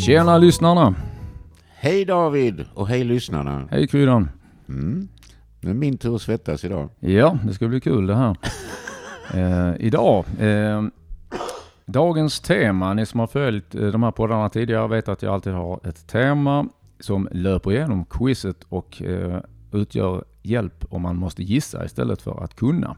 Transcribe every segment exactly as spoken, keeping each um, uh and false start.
Tjena lyssnarna! Hej David och hej lyssnarna. Hej Kryddan! Mm. Nu är min tur att svettas idag. Ja, det ska bli kul det här. eh, idag, eh, dagens tema, ni som har följt eh, de här poddarna tidigare vet att jag alltid har ett tema som löper igenom quizet och eh, utgör hjälp om man måste gissa istället för att kunna.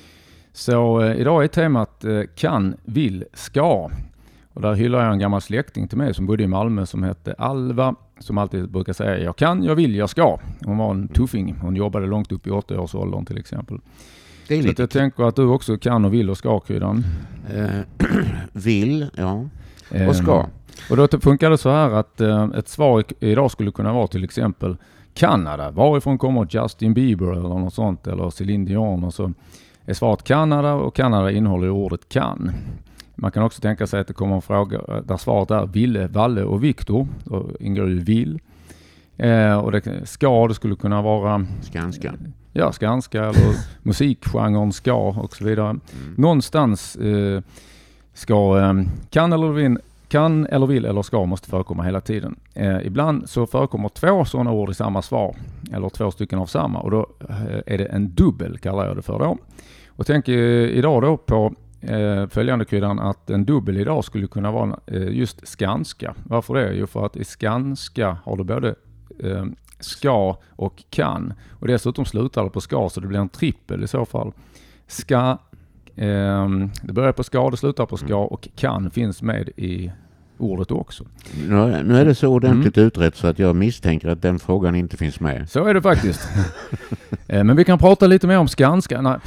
Så eh, idag är temat eh, kan, vill, ska. Och där hyllar jag en gammal släkting till mig som bodde i Malmö som hette Alva, som alltid brukar säga jag kan, jag vill, jag ska. Hon var en tuffing. Hon jobbade långt upp i åtta års åldern till exempel. Det är så lite... jag tänker att du också kan och vill och ska, Kryddan. Uh, vill, ja. Och ska. Um, och då funkar det så här att uh, ett svar idag skulle kunna vara till exempel Kanada. Varifrån kommer Justin Bieber eller något sånt, eller Celine Dion, och så är svaret Kanada, och Kanada innehåller ordet kan. Man kan också tänka sig att det kommer en fråga där svaret är Ville, Valle och Viktor. Då ingår ju vill. Eh, och det ska, det skulle kunna vara Skanska. Ja, skanska eller musikgenren ska och så vidare. Mm. Någonstans eh, ska eh, kan eller vill, kan eller vill eller ska måste förekomma hela tiden. Eh, ibland så förekommer två sådana ord i samma svar, eller två stycken av samma, och då eh, är det en dubbel, kallar jag det för då. Och tänk eh, idag då på eh, följande Kryddan att en dubbel idag skulle kunna vara eh, just skanska. Varför det? Jo, för att i skanska har du både eh, ska och kan. Och dessutom slutar det på ska, så det blir en trippel i så fall. Ska, eh, det börjar på ska, det slutar på ska, och kan finns med i ordet också. Nu, nu är det så ordentligt mm. utrett så att jag misstänker att den frågan inte finns med. Så är det faktiskt. eh, men vi kan prata lite mer om skanska. Nej.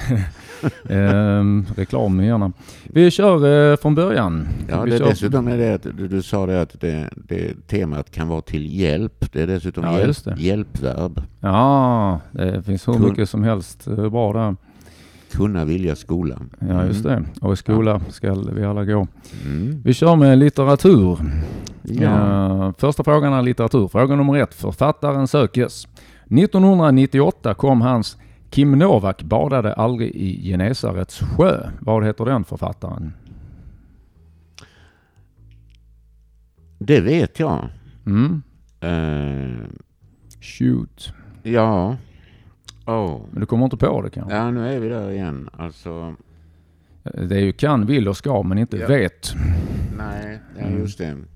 eh, reklam gärna. Vi kör eh, från början. Ja, vi det kör... dessutom är det att du, du sa det att det, det temat kan vara till hjälp. Det är dessutom ja, hjälp, det. hjälpverb. Ja, det finns hur Kun... mycket som helst bra där. Kunna vilja skola. Ja, just det. Och i skola ska vi alla gå. Mm. Vi kör med litteratur. Ja. Uh, första frågan är litteratur. Fråga nummer ett. Författaren sökes. nittonhundranittioåtta kom hans Kim Novak badade aldrig i Genesarets sjö. Vad heter den författaren? Det vet jag. Mm. Uh... Shoot. Ja. Oh. Men du kommer inte på det kanske? Ja, nu är vi där igen. Alltså... Det är ju kan, vill och ska, men inte ja. vet. Nej, ja, just det. Uh,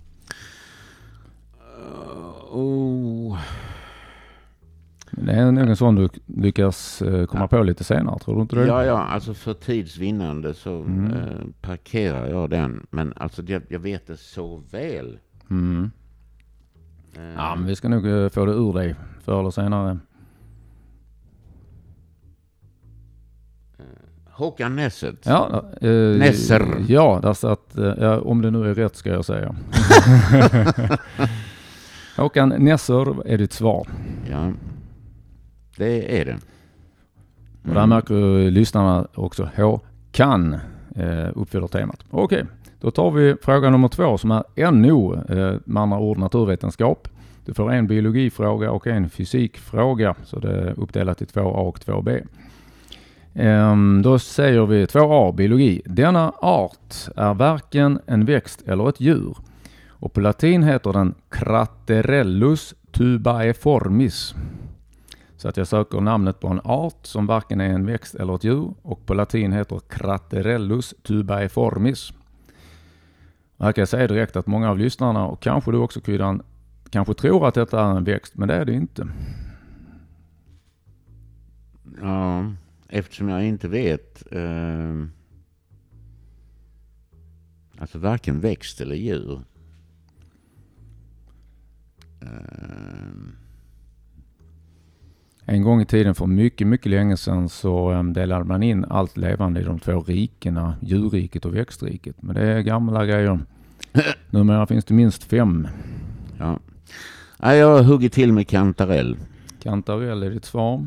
oh. Det är nog en sån du lyckas uh, komma ja. på lite senare, tror du inte det? Ja, ja, alltså för tids vinnande så mm. uh, parkerar jag den. Men alltså jag, jag vet det så väl. Mm. Uh. Ja, men vi ska nog uh, få det ur dig förr eller senare. Håkan Nesset. Ja, eh, Nesser. Ja, där satt, eh, om det nu är rätt ska jag säga. Håkan Nesser är ditt svar. Ja, det är det. Mm. Och där märker ju lyssnarna också Håkan eh, uppfyller temat. Okej, då tar vi fråga nummer två som är N O, eh, med andra ord naturvetenskap. Du får en biologifråga och en fysikfråga, så det är uppdelat i två A och två B. Um, då säger vi två A, biologi. Denna art är varken en växt eller ett djur. Och på latin heter den Craterellus tubaeformis. Så att jag söker namnet på en art som varken är en växt eller ett djur. Och på latin heter Craterellus tubaeformis. Och här kan jag säga direkt att många av lyssnarna, och kanske du också Kryddan, kanske tror att detta är en växt, men det är det inte. Ja... Eftersom jag inte vet eh, alltså varken växt eller djur. Eh. En gång i tiden för mycket, mycket länge sedan så um, delade man in allt levande i de två rikena, djurriket och växtriket. Men det är gamla grejer. Numera finns det minst fem. Ja. Ja, jag har huggit till med kantarell. Kantarell är ditt svar.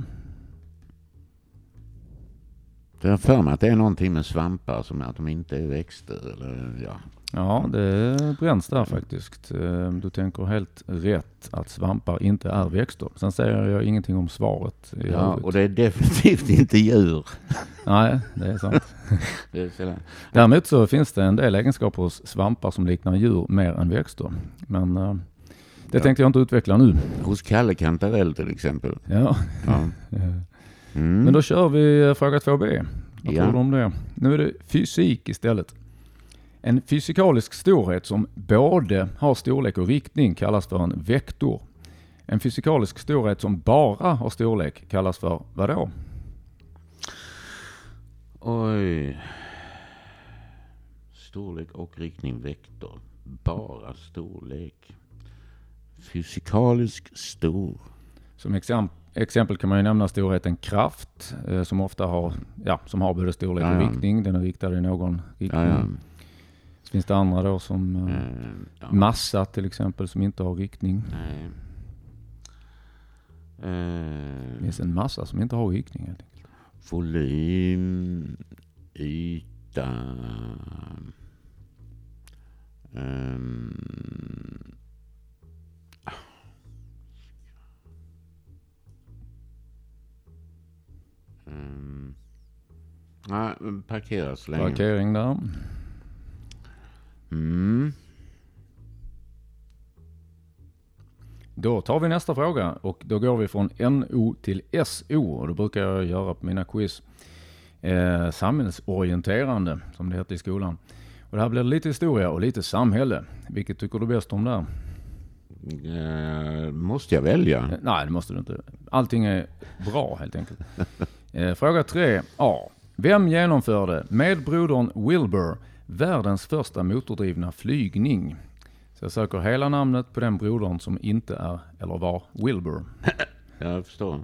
Jag har för mig att det är någonting med svampar som är att de inte är växter. Eller, ja. ja, det bränns där faktiskt. Du tänker helt rätt att svampar inte är växter. Sen säger jag ingenting om svaret. Ja, och det är definitivt inte djur. Nej, det är sant. Det är så. Däremot så finns det en del egenskaper hos svampar som liknar djur mer än växter. Men uh, det ja. tänkte jag inte utveckla nu. Hos Kalle Kantarell till exempel. Ja. ja. Mm. Men då kör vi fråga två B. Vad ja. tror du om det? Nu är det fysik istället. En fysikalisk storhet som både har storlek och riktning kallas för en vektor. En fysikalisk storhet som bara har storlek kallas för vad då? Oj. Storlek och riktning vektor. Bara storlek. Fysikalisk stor. Som exempel Exempel kan man ju nämna storheten kraft eh, som ofta har, ja, som har både storlek ja, ja. och riktning. Den är riktad i någon riktning. Ja, ja. Så finns det andra då som eh, mm, ja. massa till exempel som inte har riktning. Nej. Mm. Det finns en massa som inte har riktning helt enkelt. Volym, yta. Um. Mm. Ja, parkeras länge. Parkering där. Mm. Då tar vi nästa fråga och då går vi från N O till S O och då brukar jag göra på mina quiz eh, samhällsorienterande som det heter i skolan. Och det här blir lite historia och lite samhälle. Vilket tycker du bäst om där? Eh, måste jag välja? Eh, nej, det måste du inte. Allting är bra helt enkelt. eh, fråga tre A. Vem genomförde med brodern Wilbur världens första motordrivna flygning? Så jag söker hela namnet på den brodern som inte är eller var Wilbur. Jag förstår.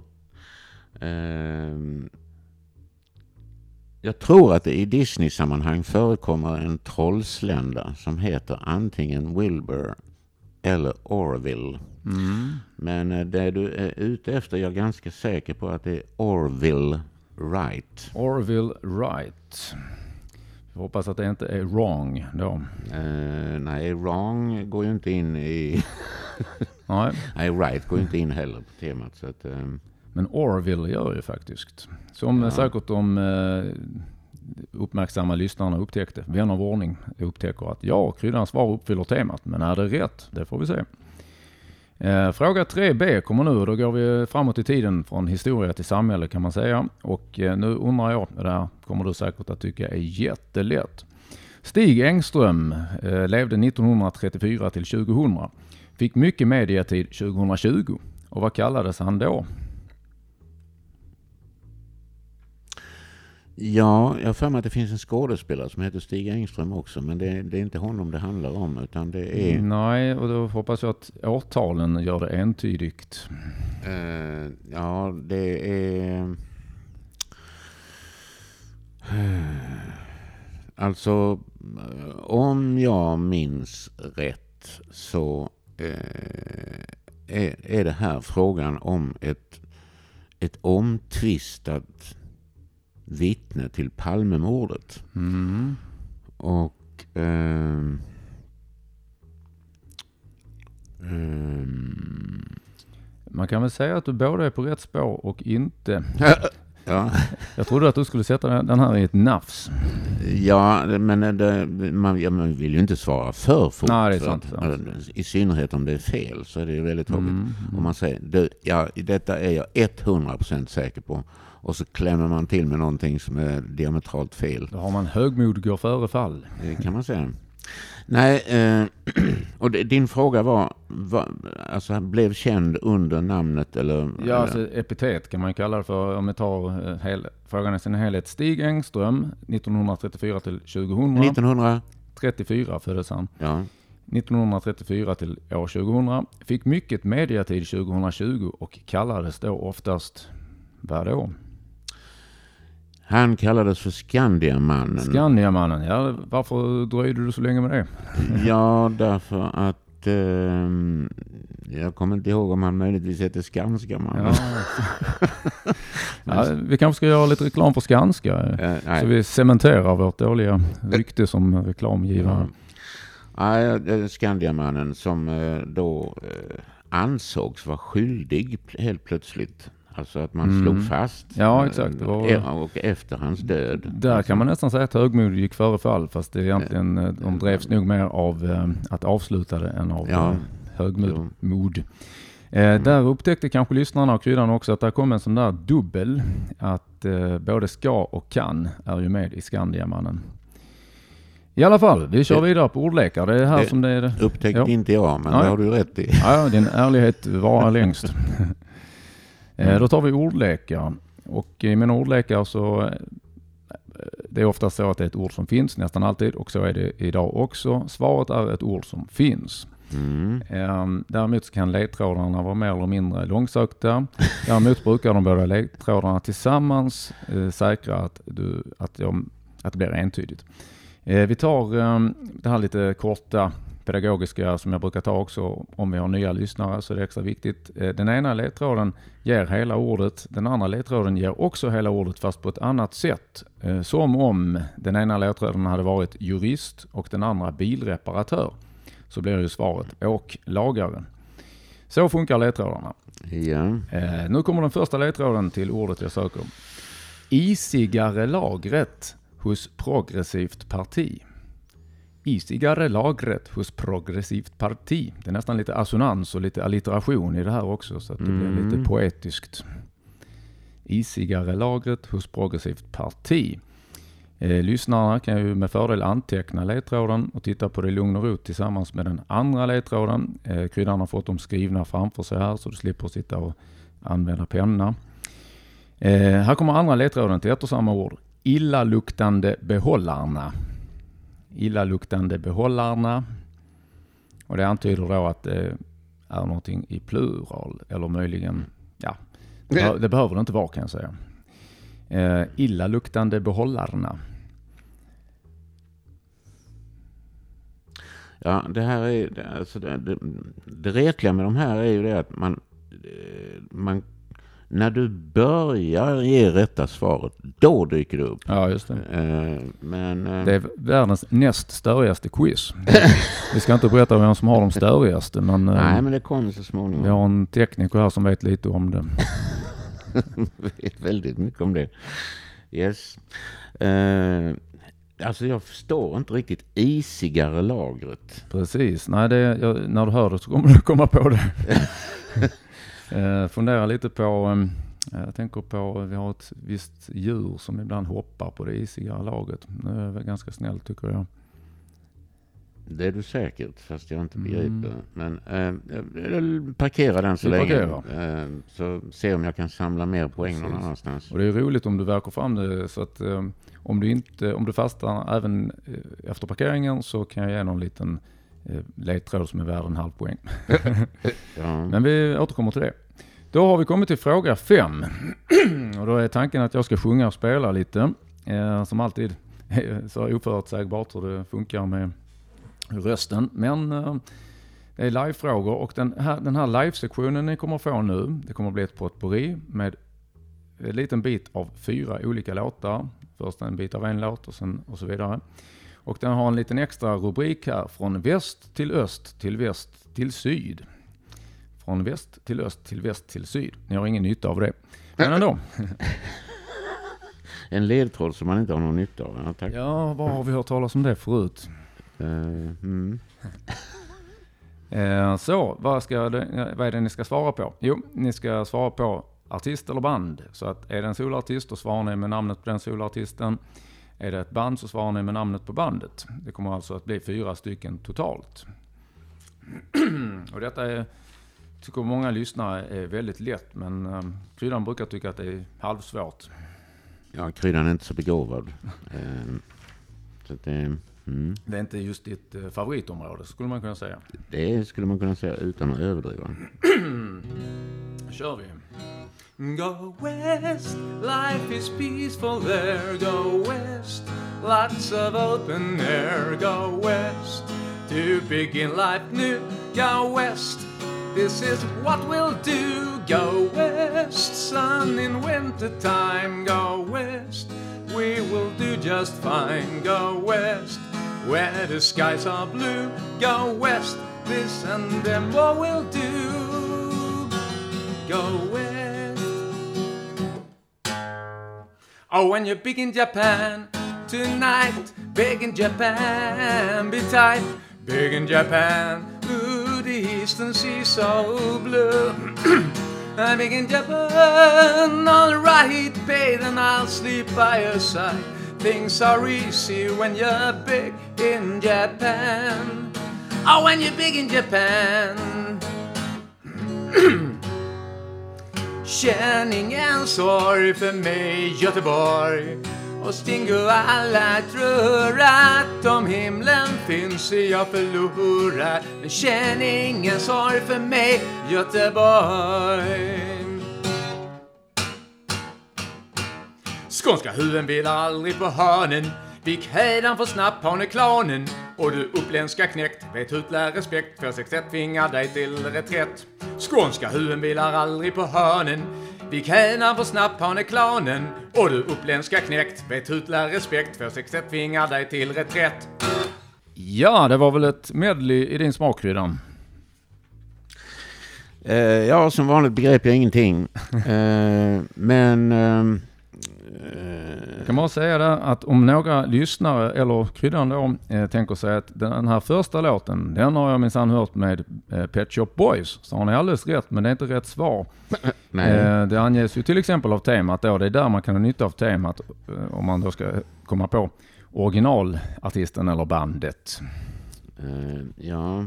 Um, jag tror att det i Disney-sammanhang förekommer en trollslända som heter antingen Wilbur eller Orville. Mm. Men det du är ute efter, jag är ganska säker på att det är Orville Wright. Orville Wright. Jag hoppas att det inte är wrong då. Uh, nej, wrong går ju inte in i... nej. nej, right går ju inte in heller på temat. Så att, um... Men Orville gör ju faktiskt. Som ja. säkert de uh, uppmärksamma lyssnarna upptäckte. Vän av ordning upptäcker att ja, kryddans svar uppfyller temat. Men är det rätt? Det får vi se. Uh, fråga tre B kommer nu och då går vi framåt i tiden från historia till samhälle kan man säga. Och uh, nu undrar jag, det här kommer du säkert att tycka är jättelätt. Stig Engström uh, levde nittonhundratrettiofyra till tjugohundra. Fick mycket mediatid tjugohundratjugo. Och vad kallades han då? Ja, jag har för mig att det finns en skådespelare som heter Stig Engström också. Men det, det är inte honom det handlar om utan det är... Nej, och då hoppas jag att årtalen gör det entydigt. Uh, ja, det är... Uh, alltså, om jag minns rätt så uh, är, är det här frågan om ett, ett omtvistat vittne till Palmemordet. Mm. Och um, um, man kan väl säga att du både är på rätt spår och inte. ja. Jag trodde att du skulle sätta den här i ett nafs. Ja, men det, man, ja, man vill ju inte svara för fort. Nej, det är sant. För att, i synnerhet om det är fel så är det väldigt jobbigt. Mm, mm. Om man säger, det, ja, detta är jag hundra procent säker på. Och så klämmer man till med någonting som är diametralt fel. Då har man högmod går före fall. Det kan man säga. Nej, eh, och det, din fråga var, var, alltså han blev känd under namnet eller? Ja, eller? alltså epitet kan man kalla det för om vi tar hel, frågan i sin helhet. Stig Engström, nittonhundratrettiofyra till tjugohundra. nittonhundratrettiofyra föddes han. Ja. nittonhundratrettiofyra till år tjugohundra. Fick mycket mediatid tjugohundratjugo och kallades då oftast, vad då? Han kallades för Skandiamannen. Skandiamannen, ja. Varför dröjde du så länge med det? Ja, därför att eh, jag kommer inte ihåg om han möjligtvis heter Skanskamannen. Ja. ja, vi kanske ska göra lite reklam för Skanska. Eh, så vi cementerar vårt dåliga rykte som reklamgivare. Ja, ja Skandiamannen som eh, då eh, ansågs vara skyldig helt plötsligt. Alltså att man Mm. slog fast. Ja, exakt. Det var- eh, Och efter hans död. Där kan man nästan säga att högmod gick före fall, fast det är egentligen, eh, de drevs nog mer av eh, att avsluta det än av Ja. eh, högmod. Jo. Mod. Eh, där upptäckte kanske lyssnarna och kryddan också att det kom en sån där dubbel, att eh, både ska och kan är ju med i Skandiamannen. I alla fall, vi kör Det- vidare på ordlekar. Det är här det som det är. Upptäckte Ja. inte jag, men Nej. det har du rätt i. Ja, din ärlighet varar längst. eh, då tar vi ordlekar. Och i mina ordlekar så eh, det är ofta så att det är ett ord som finns nästan alltid, och så är det idag också. Svaret är ett ord som finns. Mm. Eh, däremot kan ledtrådarna vara mer eller mindre långsökta. Däremot brukar de båda ledtrådarna tillsammans eh, säkra att, du, att, de, att det blir entydigt. Eh, vi tar eh, det här lite korta pedagogiska som jag brukar ta också om vi har nya lyssnare, så det är extra viktigt. Eh, den ena ledtråden ger hela ordet, den andra ledtråden ger också hela ordet fast på ett annat sätt. Eh, som om den ena ledtråden hade varit jurist och den andra bilreparatör, så blir ju svaret åklagare. Så funkar ledtrådarna. Ja. Eh, nu kommer den första ledtråden till ordet jag söker. Isigare lagret hos progressivt parti. Isigare lagret hos progressivt parti. Det är nästan lite assonans och lite allitteration i det här också, så att det Mm. blir lite poetiskt. Isigare lagret hos progressivt parti. Eh, lyssnarna kan ju med fördel anteckna ledtråden och titta på det i lugn och ro tillsammans med den andra ledtråden. Eh, kryddan har fått dem skrivna framför sig här så du slipper sitta och använda penna. Eh, här kommer andra ledtråden till ett och samma ord. Illaluktande behållarna. Illaluktande behållarna. Och det antyder då att det är någonting i plural. Eller möjligen, ja, det, be- det behöver det inte vara kan jag säga. Eh, illaluktande behållarna. Ja, det här är det, alltså det, det, det retliga med de här är ju det att man, eh, man när du börjar ge rätta svaret, då dyker det upp. Ja, just det. Eh, men eh, Det är världens näst störigaste quiz. Vi ska inte berätta vem som har de störigaste, men, eh, nej, men det kommer så småningom. vi har en tekniker här som vet lite om det. vet väldigt mycket om det. Yes. Eh, alltså jag förstår inte riktigt isigare lagret. Precis. Nej, det, jag, när du hör det så kommer du komma på det. eh, fundera lite på, eh, jag tänker på, vi har ett visst djur som ibland hoppar på det isigare lagret. Nu är det väl ganska snällt tycker jag. Det är du säkert, fast jag inte Mm. begriper. Men eh, jag parkerar den så Vi länge. parkerar. Eh, så se om jag kan samla mer poäng någon Precis. annanstans. Och det är roligt om du verkar fram det, så att eh, om du inte, om du fastnar även eh, efter parkeringen så kan jag ge någon liten eh, ledtråd som är värd en halv poäng. Ja. Men vi återkommer till det. Då har vi kommit till fråga fem. Och då är tanken att jag ska sjunga och spela lite. Eh, som alltid så oförutsägbart hur det funkar med rösten. Men eh, det är livefrågor och den här, den här live-sektionen ni kommer få nu, det kommer bli ett potpourri med en liten bit av fyra olika låtar. Först en bit av en låt och, sen, och så vidare. Och den har en liten extra rubrik här. Från väst till öst till väst till syd. Från väst till öst till väst till syd. Ni har ingen nytta av det. Men ändå. En ledtråd som man inte har någon nytta av. Ja, tack. Ja, vad har vi hört talas om det förut? Eh, mm. Eh, så, vad, ska det, vad är det ni ska svara på? Jo, ni ska svara på artist eller band. Så att är det en solartist så svarar ni med namnet på den solartisten. Är det ett band så svarar ni med namnet på bandet. Det kommer alltså att bli fyra stycken totalt. Och detta är, tycker många lyssnare är väldigt lätt, men eh, kryddan brukar tycka att det är halvsvårt. Ja, kryddan är inte så begåvad. Eh, så att det, mm. Det är inte just ditt eh, favoritområde, skulle man kunna säga. det skulle man kunna säga utan att överdriva. Kör vi. Go west, life is peaceful there. Go west, lots of open air. Go west, to begin life new. Go west, this is what we'll do. Go west, sun in winter time. Go west, we will do just fine. Go west, where the skies are blue. Go west, this and then what we'll do. Go west, Oh, when you're big in Japan tonight, big in Japan, be tight, big in Japan. Ooh, the eastern sea's so blue. I'm big in Japan, all right, babe, and I'll sleep by your side. Things are easy when you're big in Japan. Oh, when you're big in Japan. Känn ingen sorg för mig, Göteborg. Och stingo alla tror att om himlen finns är jag förlorad. Men känn ingen sorg för mig, Göteborg. Skånska huvuden vilar aldrig på hörnen. Vik hädan för snapphaneklanen. Och du uppländska knäckt vet utlär respekt för sextet tvingar dig till reträtt. Skånska huvuden vilar aldrig på hörnen. Vik hädan för snapphaneklanen. Och du uppländska knäckt vet utlär respekt för sextet tvingar dig till reträtt. Ja, det var väl ett medley i din smakkryddan. Uh, ja, som vanligt begrepp jag ingenting. uh, men... Uh, kan man säga det att om några lyssnare eller kryddan då eh, tänker sig att den här första låten, den har jag minsann hört med eh, Pet Shop Boys, så har ni alldeles rätt, men det är inte rätt svar. Nej. Eh, det anges ju till exempel av temat då, det är där man kan ha nytta av temat eh, om man då ska komma på originalartisten eller bandet. Uh, ja.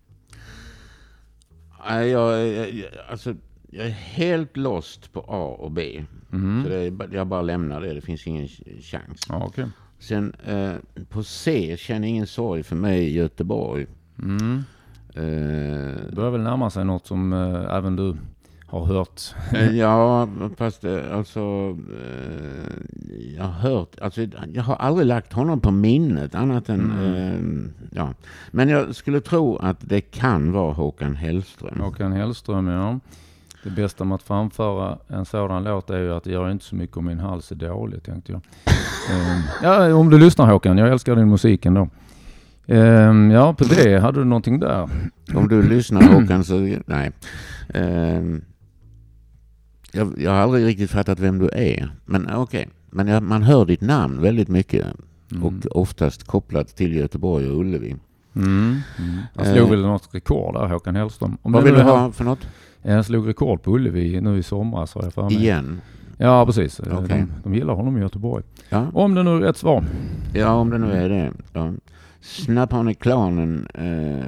Uh, jag, jag, alltså jag är helt lost på A och B. Mm. Så det är, jag bara lämnar det. Det finns ingen chans. Ja, okay. Sen eh, på C känner ingen sorg för mig i Göteborg. Mm. Eh, det börjar väl närma sig något som eh, även du har hört. eh, ja, fast eh, alltså eh, jag har hört, alltså jag har aldrig lagt honom på minnet annat än mm. eh, ja. Men jag skulle tro att det kan vara Håkan Hellström. Håkan Hellström, ja. Det bästa med att framföra en sådan låt är ju att det gör inte så mycket om min hals är dålig, tänkte jag. um, ja, om du lyssnar Håkan, jag älskar din musik ändå. Um, ja, på det hade du någonting där. Om du lyssnar Håkan så, nej. Um, jag, jag har aldrig riktigt fattat vem du är. Men okej, okay. Men jag, man hör ditt namn väldigt mycket. Mm. Och oftast kopplat till Göteborg och Ullevi. Mm. Mm. Jag slog uh, väl något rekord där, Håkan Hellström. Om vad vill du ha för något? Jag slog rekord på Ullevi nu i somras, har jag för mig. Igen? Ja, precis. Okay. De, de gillar honom i Göteborg. Ja. Om det nu är rätt svar. Ja, om det nu är det. Ja. Snapphaneklanen. Eh...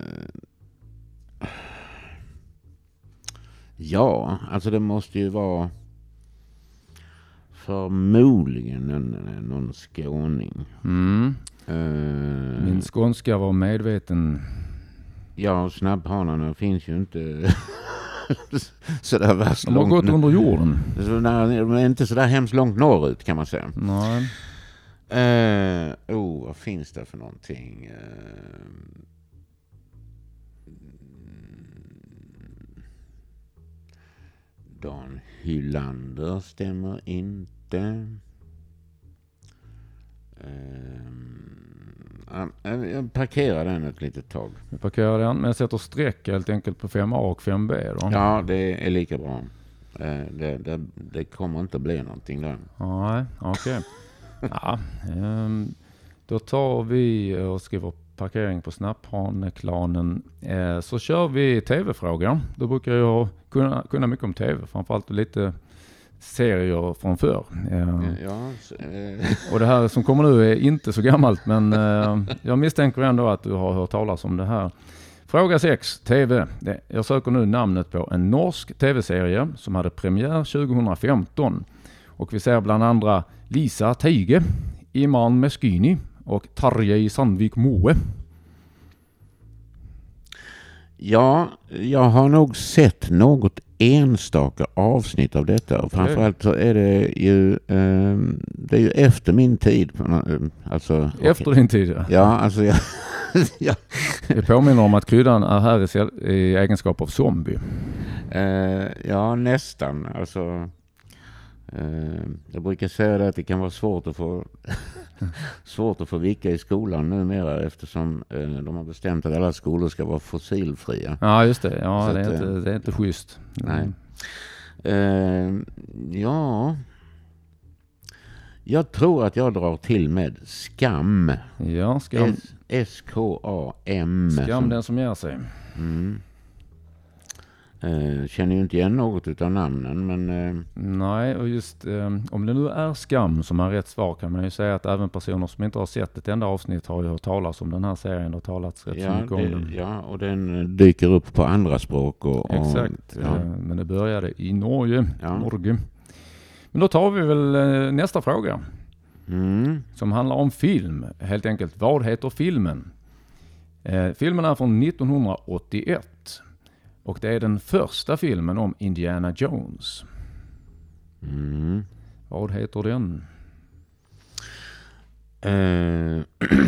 Ja, alltså det måste ju vara förmodligen en, någon skåning. Mm. Eh... Min skånska var medveten. Ja, snabbhanarna finns ju inte så där värst långt. De har gått under jorden. Så där, de är inte så där hemskt långt norrut kan man säga. Nej. Uh, oh, vad finns det för någonting? Uh, Dan Hylander stämmer inte. Uh, Jag parkerar den ett litet tag. Jag parkerar den, men jag sätter streck helt enkelt på fem A och fem B då. Ja, det är lika bra. Det, det, det kommer inte bli någonting där. Nej, okej. Okay. Ja, um, då tar vi och skriver parkering på Snapphaneklanen. Eh, så kör vi tv-frågor. Då brukar jag kunna, kunna mycket om tv. Framförallt lite serier från förr. Eh, ja, så, eh. Och det här som kommer nu är inte så gammalt, men eh, jag misstänker ändå att du har hört talas om det här. Fråga sex, tv. Jag söker nu namnet på en norsk tv-serie som hade premiär tjugohundrafemton. Och vi ser bland andra Lisa Teige, Iman Meskyni och Tarjei Sandvik Moe. Ja, jag har nog sett något enstaka avsnitt av detta. Och framförallt så är det ju, eh, det är ju efter min tid. Alltså, efter okay. din tid, ja. Ja, alltså jag... ja. Jag påminner om att kryddan är här i, i egenskap av zombie. Eh, ja, nästan. Alltså... Uh, jag brukar säga det att det kan vara svårt att få svårt att få vicka i skolan numera eftersom uh, de har bestämt att alla skolor ska vara fossilfria. Ja, just det. Ja, så det är, att, inte, det är inte schysst. Nej. Uh, ja. Jag tror att jag drar till med Skam. Ja, Skam. S K A M. Skam den som ger sig. Mm. Eh, känner ju inte igen något utav namnen, men... Eh... Nej, och just eh, om det nu är Skam som är rätt svar kan man ju säga att även personer som inte har sett ett enda avsnitt har ju hört talas om den här serien och talats rätt ja, så mycket det, om den. Ja, och den dyker upp på andra språk. Och, och, Exakt, ja. eh, men det började i Norge. Ja. Norge. Men då tar vi väl eh, nästa fråga. Mm. Som handlar om film. Helt enkelt, vad heter filmen? Eh, filmen är från nittonhundraåttioett. Och det är den första filmen om Indiana Jones. Mm. Vad heter den? Uh,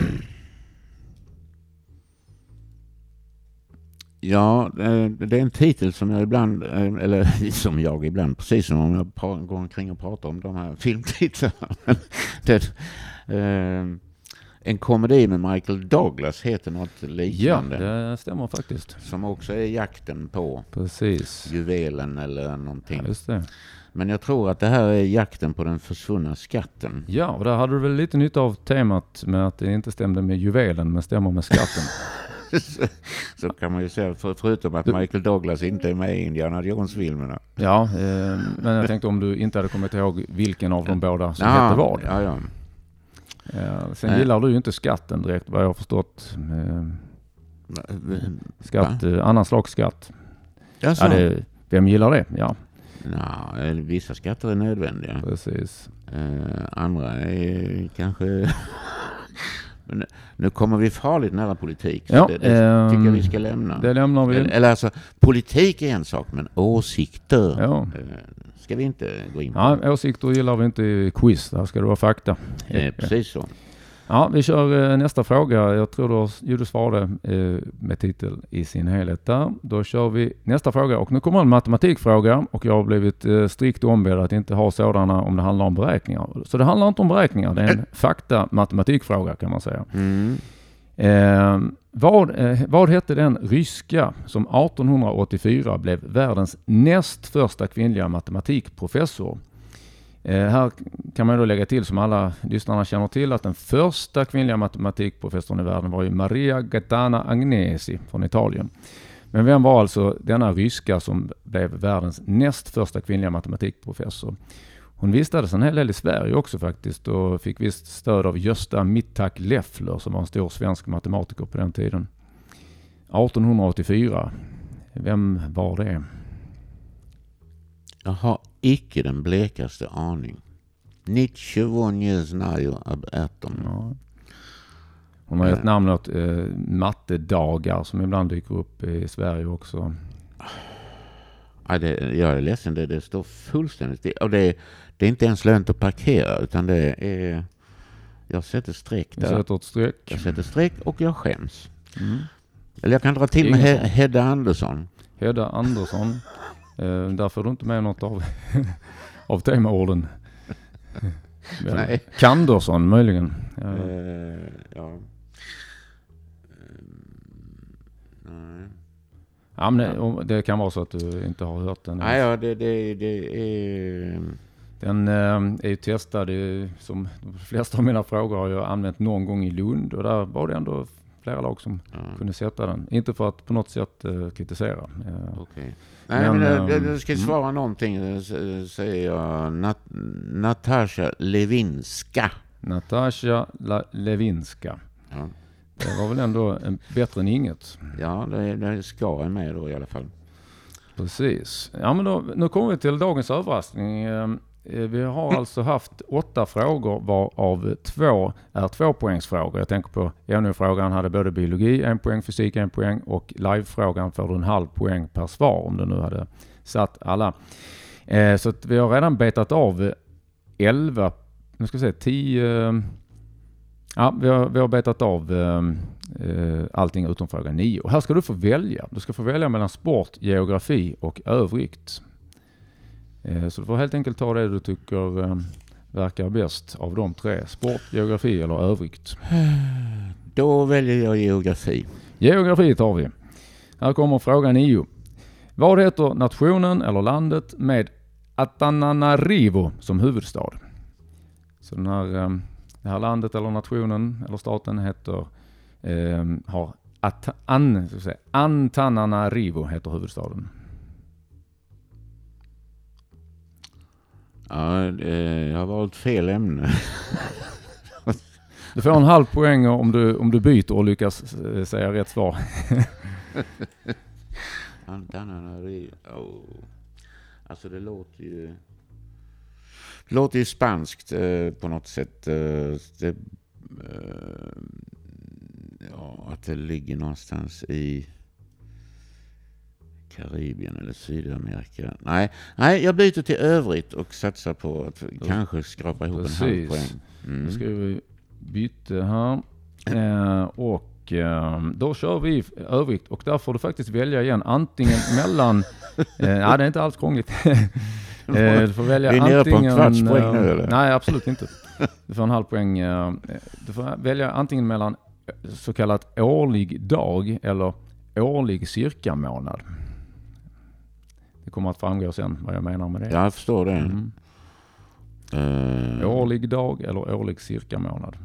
ja, det är en titel som jag ibland, eller som jag ibland, precis som om jag går omkring och pratar om de här filmtitlarna. det, uh, en komedi med Michael Douglas heter något liknande. Ja, det stämmer faktiskt. Som också är jakten på Precis. juvelen eller någonting. Ja, just det. Men jag tror att det här är jakten på den försvunna skatten. Ja, och där hade du väl lite nytta av temat med att det inte stämde med juvelen men stämmer med skatten. så, så kan man ju säga, för, förutom att du... Michael Douglas inte är med i Indiana Jones-filmerna. Ja, eh, men jag tänkte om du inte hade kommit ihåg vilken av de båda som ja, hette vad. Ja, ja. Eh, sen Nej. gillar du ju inte skatten direkt vad jag har förstått. Eh, skatt, eh, annan slags skatt. Ja, det, vem gillar det? Ja. Ja, vissa skatter är nödvändiga. Precis. Eh, andra är kanske... Men nu kommer vi farligt nära politik. Så ja, det, det ähm, tycker jag vi ska lämna. Det lämnar vi. Eller, eller alltså, politik är en sak, men åsikter ja. eh, ska vi inte gå in på. Ja, åsikter gillar vi inte i quiz. Där ska det vara fakta. Eh, precis så. Ja, vi kör eh, nästa fråga. Jag tror du, du svarade eh, med titel i sin helhet där. Då kör vi nästa fråga. Och nu kommer en matematikfråga. Och jag har blivit eh, strikt ombedd att inte ha sådana om det handlar om beräkningar. Så det handlar inte om beräkningar. Det är en fakta matematikfråga kan man säga. Mm. Eh, vad, eh, vad hette den ryska som artonhundraåttiofyra blev världens näst första kvinnliga matematikprofessor? Eh, här kan man då lägga till, som alla lyssnarna känner till, att den första kvinnliga matematikprofessorn i världen var ju Maria Gaetana Agnesi från Italien. Men vem var alltså denna ryska som blev världens näst första kvinnliga matematikprofessor? Hon vistades en hel del i Sverige också faktiskt och fick visst stöd av Gösta Mittak Leffler som var en stor svensk matematiker på den tiden. artonhundraåttiofyra. Vem var det? Jag har icke den blekaste aning. Nitcho nie znaju ab etom. Ja. Hon har ett namn åt eh, mattedagar som ibland dyker upp i Sverige också. Ja, det, jag är ledsen, det, det står fullständigt. Och det, det är inte ens lönt att parkera utan det är... Jag sätter streck där. Jag sätter ett streck. Jag sätter streck och jag skäms. Mm. Eller jag kan dra till med He- Hedda Andersson. Hedda Andersson. Eh, där får du inte med något av, av temaorden. Nej. Kandersson möjligen. Ja. Uh, ja. Uh, nej. Ja, men det, det kan vara så att du inte har hört den. Nej, ja, det, det, det är... Den eh, är ju testad i, som de flesta av mina frågor har jag använt någon gång i Lund och där var det ändå flera lag som ja. kunde sätta den. Inte för att på något sätt eh, kritisera. Eh, okay. Nej, men, men jag, jag, jag ska svara mm. någonting, säger jag. Nat- Natasha Levinska. Natasha La- Levinska. Ja. Det var väl ändå en, bättre än inget. Ja, det, det ska jag med då i alla fall. Precis. Ja, men då, nu kommer vi till dagens överraskning. Vi har alltså haft åtta frågor varav två är tvåpoängsfrågor. Jag tänker på N U-frågan hade både biologi, en poäng, fysik, en poäng och live-frågan får du en halv poäng per svar om du nu hade satt alla. Eh, så att vi har redan betat av elva, nu ska vi säga tio, ja vi har, vi har betat av eh, allting utom fråga nio. Och här ska du få välja. Du ska få välja mellan sport, geografi och övrigt. Så du får helt enkelt ta det du tycker eh, verkar bäst av de tre. Sport, geografi eller övrigt. Då väljer jag geografi. Geografi tar vi. Här kommer fråga nio. Vad heter nationen eller landet med Antananarivo som huvudstad? Så den här, eh, det här landet eller nationen eller staten heter, eh, har At- An, så att säga, Antananarivo heter huvudstaden. Ja, eh, jag har valt fel ämne. Du får en halv poäng om du, om du byter och lyckas eh, säga rätt svar. Antananarivo. Oh. Alltså det låter ju... Det låter ju spanskt eh, på något sätt. Eh, det, eh, ja, att det ligger någonstans i Karibien eller Sydamerika. Nej, nej, jag byter till övrigt och satsar på att Då, kanske skrapa ihop Precis. en halv poäng. Mm. Då ska vi byta här. Eh, och eh, då kör vi övrigt och där får du faktiskt välja igen antingen mellan... Eh, ja, det är inte alls krångligt. Eh, du får välja vi är nere antingen, på en kvarts poäng nu eller? Nej, absolut inte. Du får en halv poäng. Eh, du får välja antingen mellan så kallat årlig dag eller årlig cirkamånad. Det kommer att framgå sen vad jag menar med det. Jag förstår det. Mm. Uh, årlig dag eller årlig cirkamånad.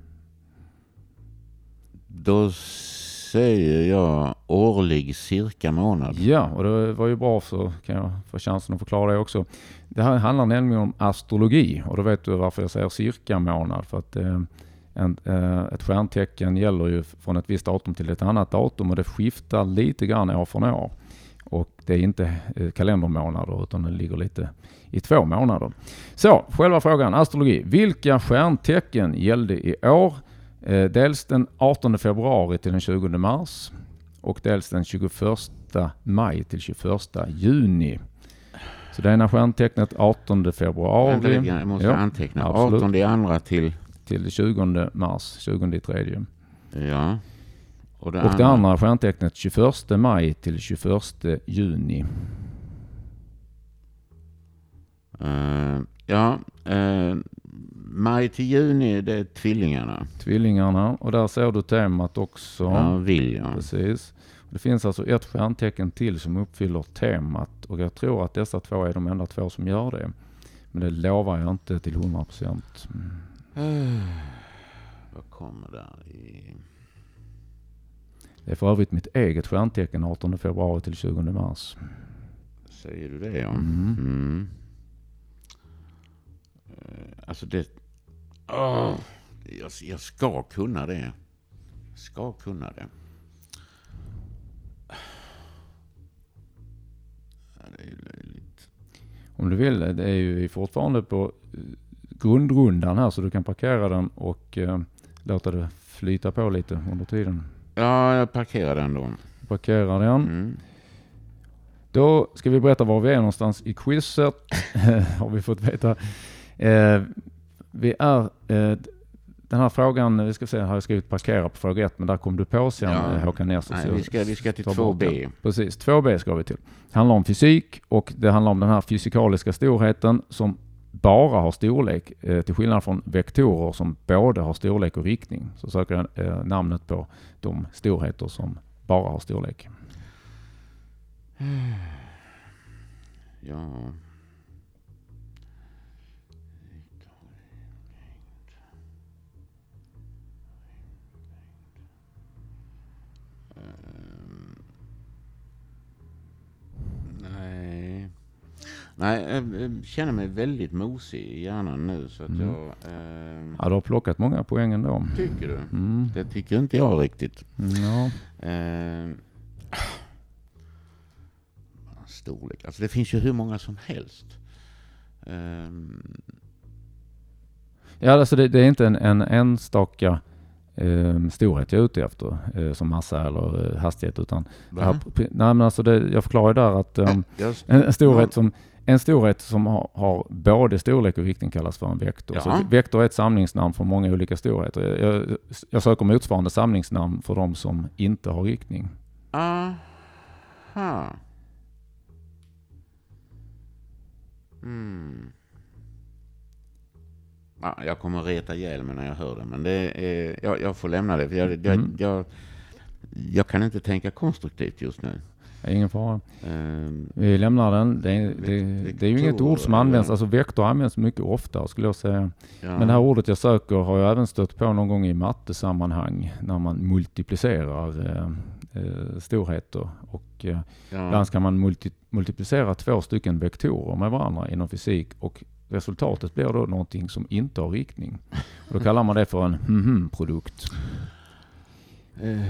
Då säger jag årlig cirkamånad. Ja, och det var ju bra, så kan jag få chansen att förklara det också. Det här handlar nämligen om astrologi, och då vet du varför jag säger cirkamånad. För att eh, en, eh, ett stjärntecken gäller ju från ett visst datum till ett annat datum, och det skiftar lite grann år från år. Och det är inte eh, kalendermånader, utan det ligger lite i två månader. Så, själva frågan, astrologi. Vilka stjärntecken gällde i år? Eh, dels den artonde februari till den tjugonde mars och dels den tjugoförsta maj till tjugoförsta juni. Så det ena stjärntecknet artonde februari. Jag måste ja, anteckna. artonde andra till... till tjugonde mars, tjugonde tredje. Ja. Och det, och andra... det andra stjärntecknet tjugoförsta maj till tjugoförsta juni. Uh, ja, uh, maj till juni, det är tvillingarna. Tvillingarna, och där ser du temat också. Ja, vill jag. Precis. Det finns alltså ett stjärntecken till som uppfyller temat, och jag tror att dessa två är de enda två som gör det. Men det lovar jag inte till hundra procent. Uh, vad kommer där i... Det är för övrigt mitt eget stjärntecken artonde februari till tjugonde mars. Säger du det, ja. Mm. Mm. Alltså det... Oh, jag, jag ska kunna det. Jag ska kunna det. Ja, det är löjligt. Om du vill, det är ju fortfarande på grundrundan här, så du kan parkera den och eh, låta det flyta på lite under tiden. Ja, jag parkerar den då. Parkerar den. Mm. Då ska vi berätta var vi är någonstans i quizet. Har vi fått veta. Eh, vi är... Eh, den här frågan, vi ska se, har jag skrivit parkera på fråga ett, men där kom du på sen, ja. Håkan Ners. Nej, vi ska, vi ska till två B. Precis, två B ska vi till. Det handlar om fysik, och det handlar om den här fysikaliska storheten som bara har storlek, eh, till skillnad från vektorer som både har storlek och riktning. Så söker jag eh, namnet på de storheter som bara har storlek. Ja... Nej. Nej, jag känner mig väldigt mosig i hjärnan nu, så att mm. jag... Eh, ja, du har plockat många poäng ändå. Tycker du? Mm. Det tycker inte jag riktigt. Ja. Eh, storlek. Alltså det finns ju hur många som helst. Eh, ja, alltså det, det är inte en, en enstaka eh, storhet jag är ute efter, eh, som massa eller eh, hastighet, utan här, nej, men alltså det, jag förklarar där att eh, en, en storhet som En storhet som har, har både storlek och riktning kallas för en vektor. Ja. Så vektor är ett samlingsnamn för många olika storheter. Jag, jag söker motsvarande samlingsnamn för de som inte har riktning. Aha. Mm. Ja, jag kommer reta ihjäl mig när jag hör det, men det är, jag, jag får lämna det. För jag, jag, mm. jag, jag kan inte tänka konstruktivt just nu. Ingen fara. Um, Vi lämnar den. Det är, det, det är ju inget ord som används. Ja. Alltså vektor används mycket ofta skulle jag säga. Ja. Men det här ordet jag söker har jag även stött på någon gång i mattesammanhang. När man multiplicerar eh, eh, storheter. Och eh, Ja. ibland ska man multi, multiplicera två stycken vektorer med varandra inom fysik. Och resultatet blir då någonting som inte har riktning. Och då kallar man det för en hm-hm-produkt. Uh.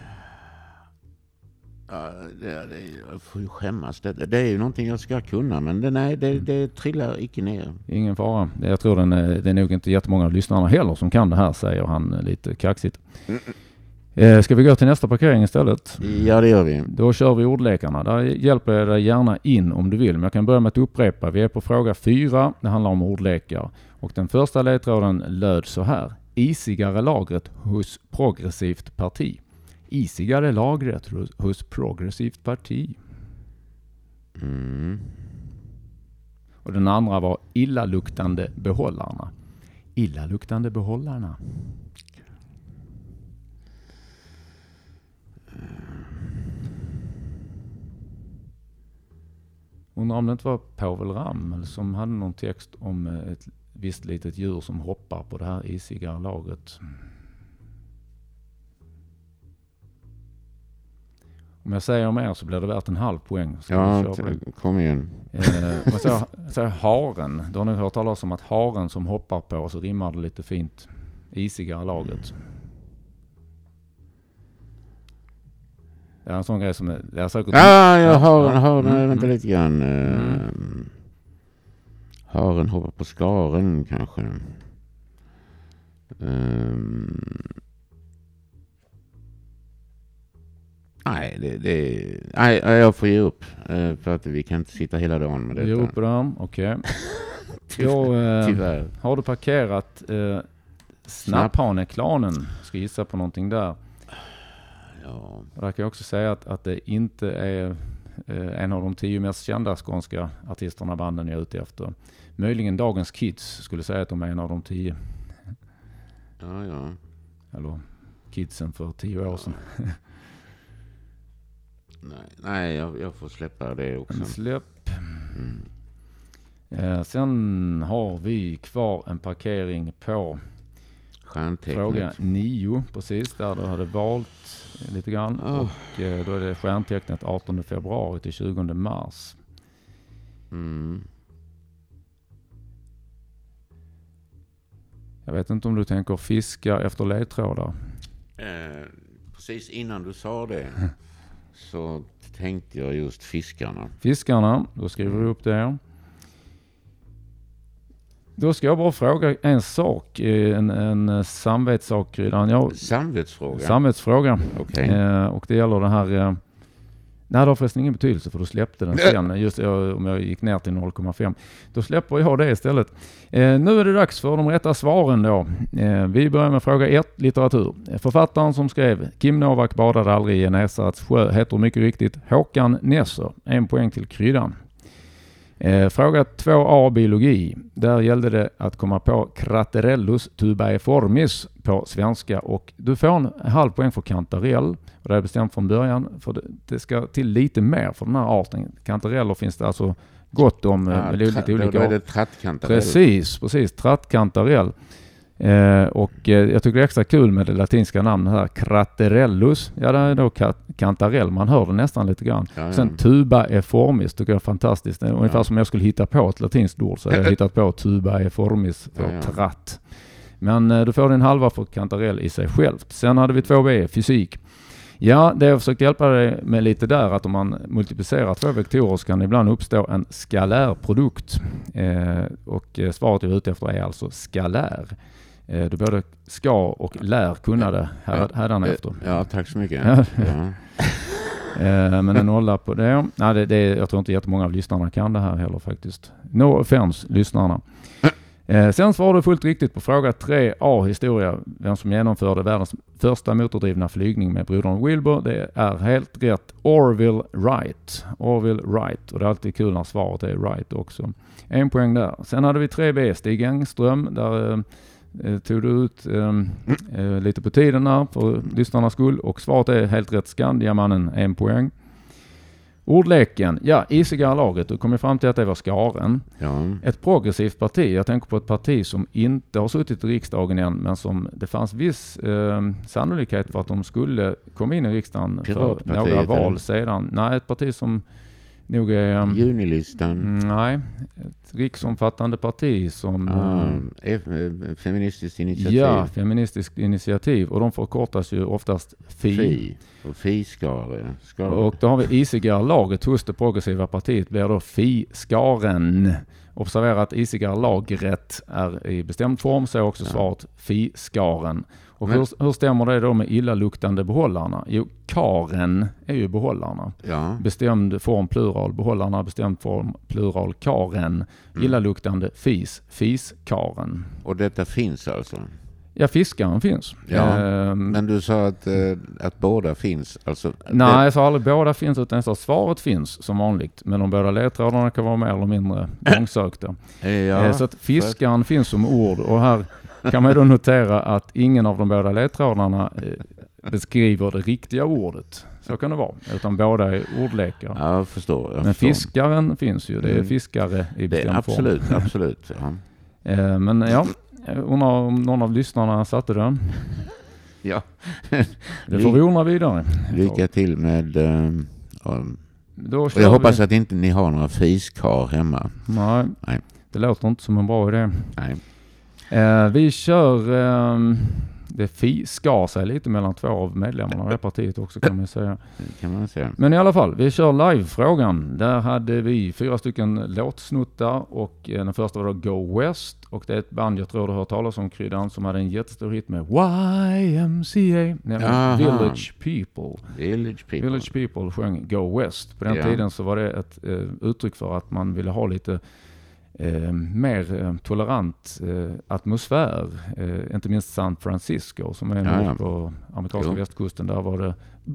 Ja, det, det, jag får ju skämmas. Det, det är ju någonting jag ska kunna, men det, nej, det, det trillar icke ner. Ingen fara. Jag tror den är, det är nog inte jättemånga av lyssnarna heller som kan det här, säger han lite kaxigt. Mm. Eh, ska vi gå till nästa parkering istället? Ja, det gör vi. Då kör vi ordlekarna. Där hjälper jag dig gärna in om du vill. Men jag kan börja med att upprepa. Vi är på fråga fyra. Det handlar om ordlekar. Och den första ledtråden löd så här. Isigare lagret hos progressivt parti. Isigare lagret hos progressivt parti. Mm. Och den andra var illaluktande behållarna. Illaluktande behållarna. Undrar om det inte var Povel Ramel som hade någon text om ett visst litet djur som hoppar på det här isigare lagret. Om jag säger mer så blir det värt en halv poäng. Ja, t- kom igen. Eh, jag säger, jag säger haren. Du har nog hört talas om att haren som hoppar på, och så rimmar det lite fint. Isigare lagret. Det är en sån grej som är, det är säkert... Ja, jag har, har mm, mm, vänta mm. lite grann. Uh, Mm. Haren hoppar på skaren kanske. Um, nej, det, det, nej, jag får ge upp. Uh, för att vi kan inte sitta hela dagen med detta. Ge upp på dem, okej. Okay. Då uh, Tyvärr. har du parkerat uh, Snapphaneklanen. Ska gissa på någonting där. Ja. Och där kan jag också säga att, att det inte är eh, en av de tio mest kända skånska artisterna banden jag är ute efter. Möjligen Dagens Kids skulle säga att de är en av de tio. Ja, ja. Eller kidsen för tio år sedan. nej, nej jag, jag får släppa det också. En släpp. Mm. Eh, sen har vi kvar en parkering på fråga nio, precis där du hade valt lite grann. Oh. Och eh, då är det stjärntecknet artonde februari till tjugonde mars. Mm. Jag vet inte om du tänker fiska efter ledtrådar. Eh, precis innan du sa det så tänkte jag just fiskarna. Fiskarna, då skriver du upp det. Då ska jag bara fråga en sak, en, en samvetssak redan. Jag, Samvetsfråga? Samvetsfråga. Okay. Eh, och det gäller det här... Eh, nej, det har förresten ingen betydelse för du släppte den sen. Just jag, om jag gick ner till noll komma fem. Då släpper jag det istället. Eh, nu är det dags för de rätta svaren då. Eh, vi börjar med fråga ett, litteratur. Författaren som skrev Kim Novak badade aldrig i en Näsarats sjö heter mycket riktigt Håkan Nesser. En poäng till kryddan. Eh, fråga två a, biologi. Där gällde det att komma på Craterellus tubaeiformis på svenska. Och du får en halv poäng för kantarell. Och det är bestämt från början. För det, det ska till lite mer för den här arten. Kantareller finns det alltså gott om. Ja, med lite olika. Då är det trattkantarell. Precis, precis. Trattkantarell. Eh, och eh, jag tycker det är extra kul med det latinska namnet här. Craterellus. Ja, det är då kantarell. Man hör det nästan lite grann. Ja, ja. Sen tubaeiformis tycker jag är fantastiskt. Det är ungefär ja. som jag skulle hitta på ett latinskt ord. Så jag har hittat på tubaeiformis för ja, ja. tratt. Men eh, du får din halva för kantarell i sig självt. Sen hade vi två b, fysik. Ja, det jag försökt hjälpa dig med lite där, att om man multiplicerar två vektorer så kan det ibland uppstå en skalär produkt. Eh, och svaret jag är ute efter är alltså skalär. Eh, du både ska och lär kunna det här, hädanefter. Ja, tack så mycket. Ja. eh, men en nolla på det. Nej, det, det. Jag tror inte jättemånga av lyssnarna kan det här heller faktiskt. No offense, lyssnarna. Eh, sen svarade du fullt riktigt på fråga tre a, historia. Vem som genomförde världens första motordrivna flygning med brodern Wilbur. Det är helt rätt. Orville Wright. Orville Wright. Och det är alltid kul när svaret är Wright också. En poäng där. Sen hade vi tre b, Stig Engström. Där eh, tog du ut eh, eh, lite på tiden här för lyssnarnas skull. Och svaret är helt rätt. Skandiamannen, en poäng. Ordleken, ja, isiga laget. Du kommer fram till att det var Skaren. Ja. Ett progressivt parti, jag tänker på ett parti som inte har suttit i riksdagen än, men som det fanns viss eh, sannolikhet för att de skulle komma in i riksdagen för några val eller? sedan. Nej, ett parti som nog är... Um, Junilistan? Nej, ett riksomfattande parti som... Ah, F, feministiskt initiativ. Ja, feministiskt initiativ. Och de förkortas ju oftast Fi. Fi. Och Fi-skare. Skare. Och då har vi isiga laget hos det progressiva partiet blir då Fi-skaren. Observera att isiga lagret är i bestämd form, så är också ja. svaret Fi-skaren. Och Men, hur, hur stämmer det då med illaluktande behållarna? Jo, karen är ju behållarna. Ja. Bestämd form plural behållarna, bestämd form plural karen. Mm. Illaluktande fis, fiskaren. Och detta finns alltså? Ja, fiskaren finns. Ja, ehm, men du sa att, eh, att båda finns. Alltså, nej, det... jag sa aldrig båda finns, utan så svaret finns som vanligt. Men de båda ledtrådarna kan vara mer eller mindre långsökta. Ja, eh, så att fiskaren för... finns som ord. Och här kan man då notera att ingen av de båda ledtrådarna eh, beskriver det riktiga ordet. Så kan det vara. Utan båda är ordlekar. Ja, jag förstår. Jag men förstår. Fiskaren finns ju. Det är mm. fiskare i bestämd absolut, form. Absolut, ja. eh, men ja, jag undrar om någon av lyssnarna satte det. Ja. Det får vi undra vidare. Lycka till med... Um, um, Då och jag hoppas vi... att inte ni har några fiskar hemma. Nej, Nej, det låter inte som en bra idé. Nej. Eh, vi kör... Eh, det fiskar sig lite mellan två av medlemmarna av det partiet också, kan man säga. Kan man säga. Men i alla fall, vi kör live-frågan. Där hade vi fyra stycken låtsnuttar och eh, den första var då Go West. Och det är ett band jag tror du har hört talas om, Kryddan, som hade en jättestor hit med Y M C A. Nämligen Village People. Village People. Village People sjöng Go West. På den ja. tiden så var det ett eh, uttryck för att man ville ha lite Eh, mer eh, tolerant eh, atmosfär. Eh, inte minst San Francisco som är ja, ja. på amerikanska jo. västkusten. Där var det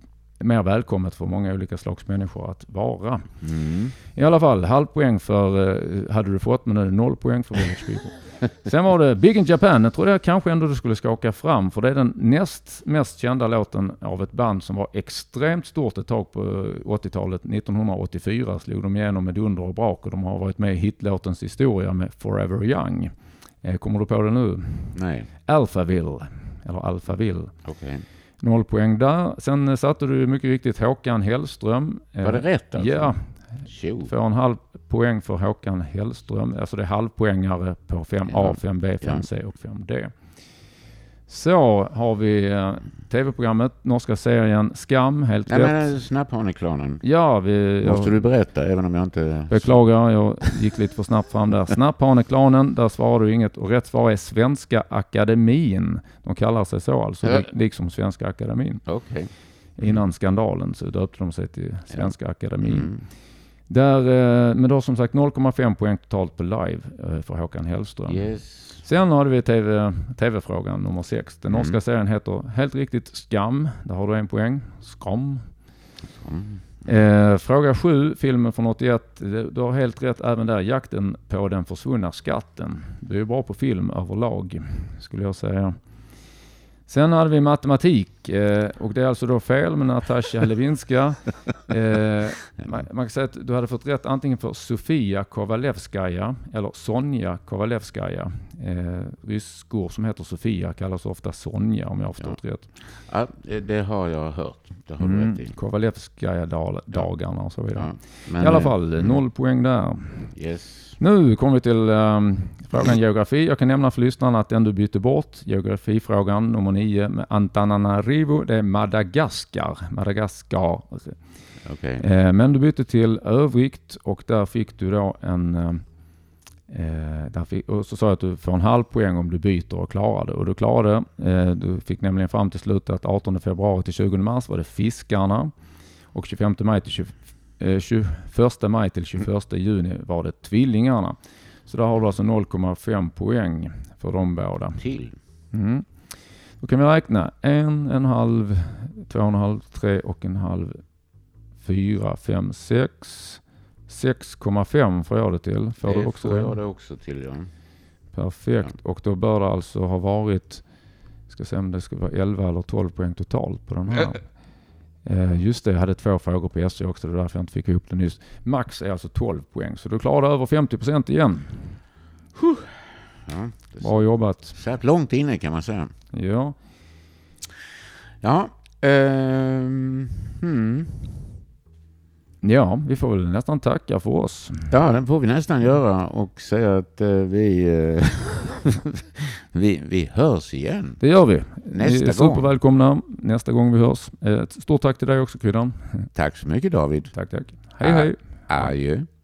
mer välkommet för många olika slags människor att vara. Mm. I alla fall, halv poäng för eh, hade du fått, men nu är det noll poäng för Village People. Sen var det Big in Japan. Jag tror jag kanske ändå du skulle skaka fram, för det är den näst mest kända låten av ett band som var extremt stort ett tag på åttiotalet. nittonhundraåttiofyra slog de igenom med dunder och brak, och de har varit med i hitlåtens historia med Forever Young. Eh, kommer du på det nu? Nej. Alphaville, eller Alphaville. Okej. Okay. Noll poäng där. Sen satte du mycket riktigt Håkan Hellström. Var det rätt alltså? Ja. Tjo. Får en halv poäng för Håkan Hellström. Alltså det är halvpoängare på fem A, fem B, fem C och fem D. Så har vi eh, tv-programmet, norska serien Skam, helt Nej, rätt. Men Snapphaneklanen. Ja, vi... Måste jag, du berätta, även om jag inte... Beklagar, jag gick lite för snabbt fram där. Snapphaneklanen, där svarar du inget. Och rätt svar är Svenska Akademin. De kallar sig så alltså, ja. liksom Svenska Akademin. Okej. Okay. Innan skandalen så döpte de sig till Svenska ja. Akademin. Mm. Där, men då som sagt noll komma fem poäng totalt på live för Håkan Hellström. Yes. Sen har vi TV, tv-frågan nummer sex. Den norska mm. serien heter helt riktigt Skam. Där har du en poäng. Skam. Mm. Eh, fråga sju, filmen från åttioett. Du har helt rätt även där. Jakten på den försvunna skatten. Du är ju bra på film överlag, skulle jag säga. Sen hade vi matematik eh, och det är alltså då fel med Natasha Levinska. Eh, man, man kan säga att du hade fått rätt antingen för Sofia Kovalevskaja eller Sonja Kovalevskaja. Eh, ryskor som heter Sofia kallas ofta Sonja, om jag har förstått ja. rätt. Ja, det har jag hört. Det har mm, du rätt i. Kovalevskaja-dagarna och så vidare. Ja, men, i alla fall, mm. noll poäng där. Yes. Nu kommer vi till um, frågan geografi. Jag kan nämna för lyssnarna att den du bytte bort, geografifrågan nummer nio med Antananarivo, det är Madagaskar. Madagaskar. Okay. Eh, men du bytte till övrigt och där fick du då en... Eh, där fick, och så sa jag att du får en halv poäng om du byter och klarar det. Och du klarade det. Eh, du fick nämligen fram till slutet att artonde februari till tjugonde mars var det fiskarna. Och tjugofemte maj till tjugoförsta tjugoförsta maj till tjugoförsta juni var det tvillingarna. Så där har du alltså noll komma fem poäng för de båda. Till. Mm. Då kan vi räkna en, en halv, två och en halv, tre och en halv, fyra, fem, sex. sex komma fem får jag det till. Får det du också får det? jag det också till, ja. Perfekt. Ja. Och då bör det alltså ha varit, ska se om det ska vara elva eller tolv poäng totalt på den här. Eh, just det, jag hade två frågor på S C också, det är därför jag inte fick ihop det nyss. Max är alltså tolv poäng, så du klarade över femtio procent igen. Huh. Ja, bra jobbat. Satt långt inne kan man säga. Ja. Ja. Um, hmm. Ja, vi får väl nästan tacka för oss. Ja, den får vi nästan göra och säga att uh, vi, uh, vi vi hörs igen. Det gör vi. Nästa ni är supervälkomna nästa gång vi hörs. Ett stort tack till dig också, Kryddan. Tack så mycket, David. Tack, tack. Hej, hej. Adjö.